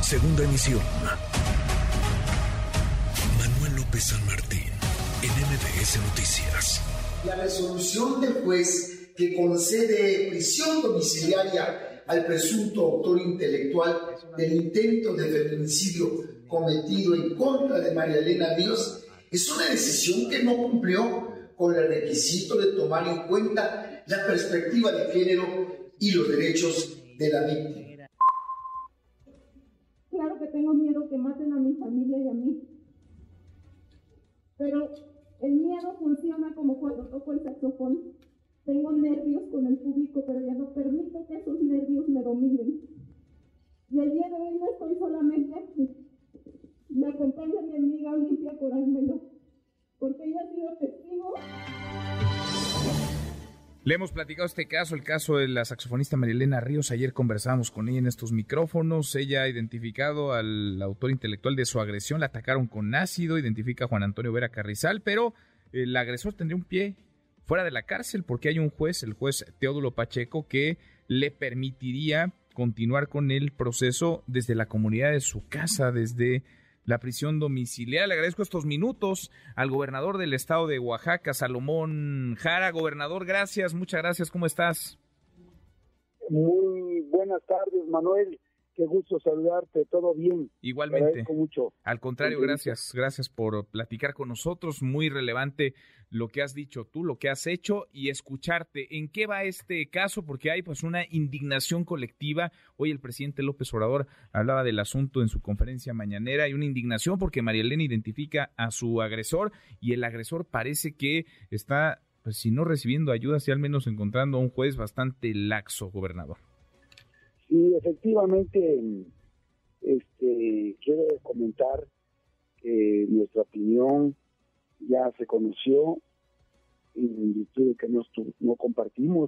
Segunda emisión. Manuel López San Martín, en MBS Noticias. La resolución del juez que concede prisión domiciliaria al presunto autor intelectual del intento de feminicidio cometido en contra de María Elena Ríos es una decisión que no cumplió con el requisito de tomar en cuenta la perspectiva de género y los derechos de la víctima. Claro que tengo miedo que maten a mi familia y a mí, pero el miedo funciona como cuando toco el saxofón. Tengo nervios con el público, pero ya no permito que esos nervios me dominen. Y el día de hoy no estoy solamente aquí. Me acompaña mi amiga Olimpia Coral Melo, porque ella ha sido testigo. Le hemos platicado este caso, el caso de la saxofonista María Elena Ríos. Ayer conversábamos con ella en estos micrófonos. Ella ha identificado al autor intelectual de su agresión. La atacaron con ácido, identifica a Juan Antonio Vera Carrizal, pero el agresor tendría un pie fuera de la cárcel porque hay un juez, el juez Teodulo Pacheco, que le permitiría continuar con el proceso desde la comunidad de su casa, desde la prisión domiciliaria. Le agradezco estos minutos al gobernador del estado de Oaxaca, Salomón Jara. Gobernador, gracias, muchas gracias, ¿cómo estás? Muy buenas tardes, Manuel. Qué gusto saludarte, todo bien. Igualmente. Te agradezco mucho. Al contrario, gracias por platicar con nosotros. Muy relevante lo que has dicho tú, lo que has hecho y escucharte. ¿En qué va este caso? Porque hay pues una indignación colectiva. Hoy el presidente López Obrador hablaba del asunto en su conferencia mañanera. Hay una indignación porque María Elena identifica a su agresor y el agresor parece que está, pues si no recibiendo ayuda, si al menos encontrando a un juez bastante laxo, gobernador. Sí, efectivamente, quiero comentar que nuestra opinión ya se conoció en virtud de que no compartimos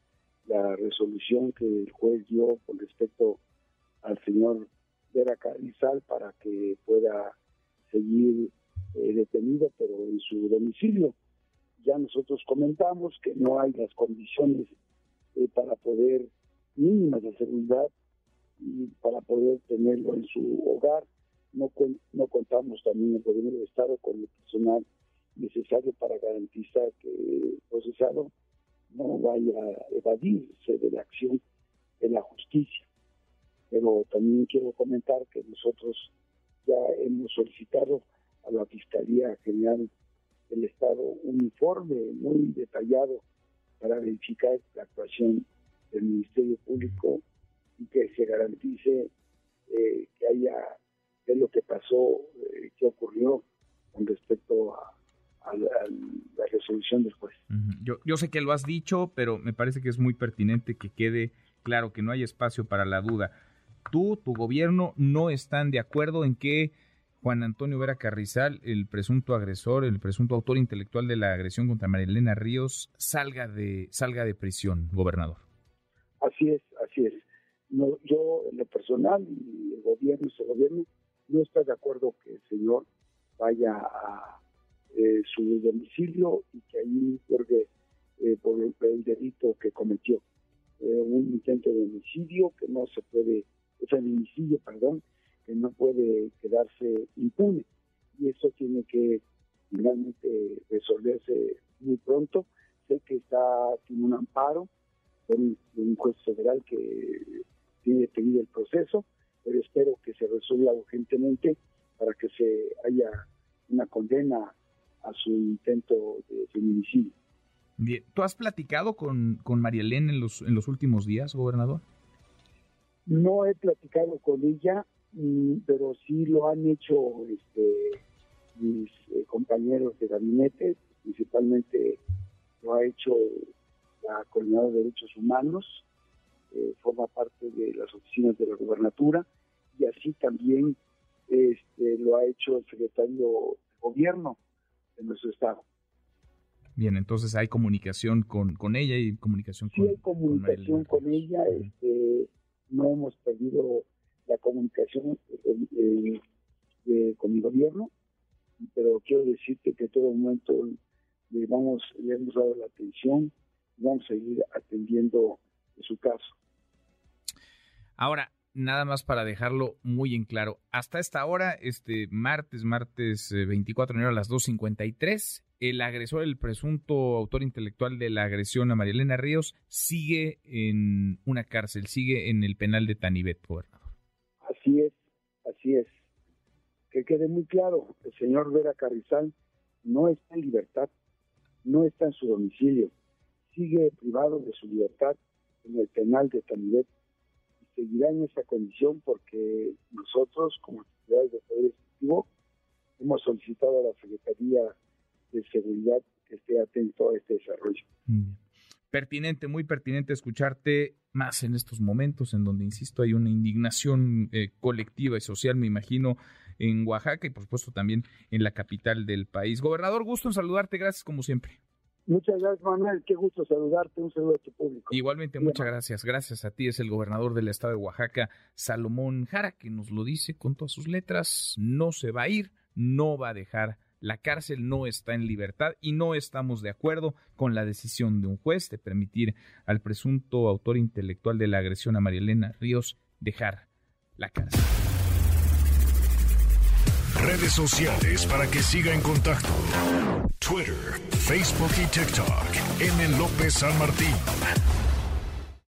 la resolución que el juez dio con respecto al señor Vera Carrizal para que pueda seguir detenido, pero en su domicilio. Ya nosotros comentamos que no hay las condiciones para poder mínimas de seguridad y para poder tenerlo en su hogar. No contamos también el gobierno del estado con el personal necesario para garantizar que el procesado no vaya a evadirse de la acción de la justicia. Pero también quiero comentar que nosotros ya hemos solicitado a la Fiscalía General del Estado un informe muy detallado para verificar la actuación del Ministerio Público y que se garantice que haya qué es lo que pasó, qué ocurrió con respecto a la resolución del juez. Yo sé que lo has dicho, pero me parece que es muy pertinente que quede claro que no hay espacio para la duda. Tú, tu gobierno, no están de acuerdo en que Juan Antonio Vera Carrizal, el presunto agresor, el presunto autor intelectual de la agresión contra María Elena Ríos, salga de prisión, gobernador. Así es. No, yo, en lo personal, y el gobierno, no está de acuerdo que el señor vaya a su domicilio y que ahí purgue por el delito que cometió. Un intento de homicidio que no se puede, feminicidio, que no puede quedarse impune. Y eso tiene que finalmente resolverse muy pronto. Sé que tiene un amparo de un juez federal que tiene detenido el proceso, pero espero que se resuelva urgentemente para que se haya una condena a su intento de feminicidio. Bien, ¿tú has platicado con María Elena en los últimos días, gobernador? No he platicado con ella, pero sí lo han hecho mis compañeros de gabinete, principalmente lo ha hecho la Coordinadora de Derechos Humanos, forma parte de las oficinas de la gubernatura, y así también lo ha hecho el secretario de Gobierno de nuestro estado. Bien, entonces hay comunicación con ella y comunicación con... Sí, hay comunicación con ella, no hemos perdido la comunicación con mi gobierno, pero quiero decirte que en todo momento le hemos dado la atención y vamos a seguir atendiendo su caso. Ahora, nada más para dejarlo muy en claro. Hasta esta hora, martes 24 de enero a las 2:53, el agresor, el presunto autor intelectual de la agresión a María Elena Ríos, sigue en una cárcel, sigue en el penal de Tanibet, gobernador. Así es. Que quede muy claro, el señor Vera Carrizal no está en libertad, no está en su domicilio, sigue privado de su libertad en el penal de Tanibet y seguirá en esa condición porque nosotros, como autoridades de Poder Ejecutivo, hemos solicitado a la Secretaría de Seguridad que esté atento a este desarrollo. Pertinente, muy pertinente escucharte más en estos momentos en donde, insisto, hay una indignación colectiva y social, me imagino, en Oaxaca y por supuesto también en la capital del país. Gobernador, gusto en saludarte, gracias como siempre. Muchas gracias, Manuel, qué gusto saludarte, un saludo a tu público. Igualmente, muchas gracias, gracias a ti. Es el gobernador del estado de Oaxaca, Salomón Jara, que nos lo dice con todas sus letras, no se va a ir, no va a dejar la cárcel, no está en libertad y no estamos de acuerdo con la decisión de un juez de permitir al presunto autor intelectual de la agresión a María Elena Ríos dejar la cárcel. Redes sociales para que siga en contacto: Twitter, Facebook y TikTok. M. López San Martín.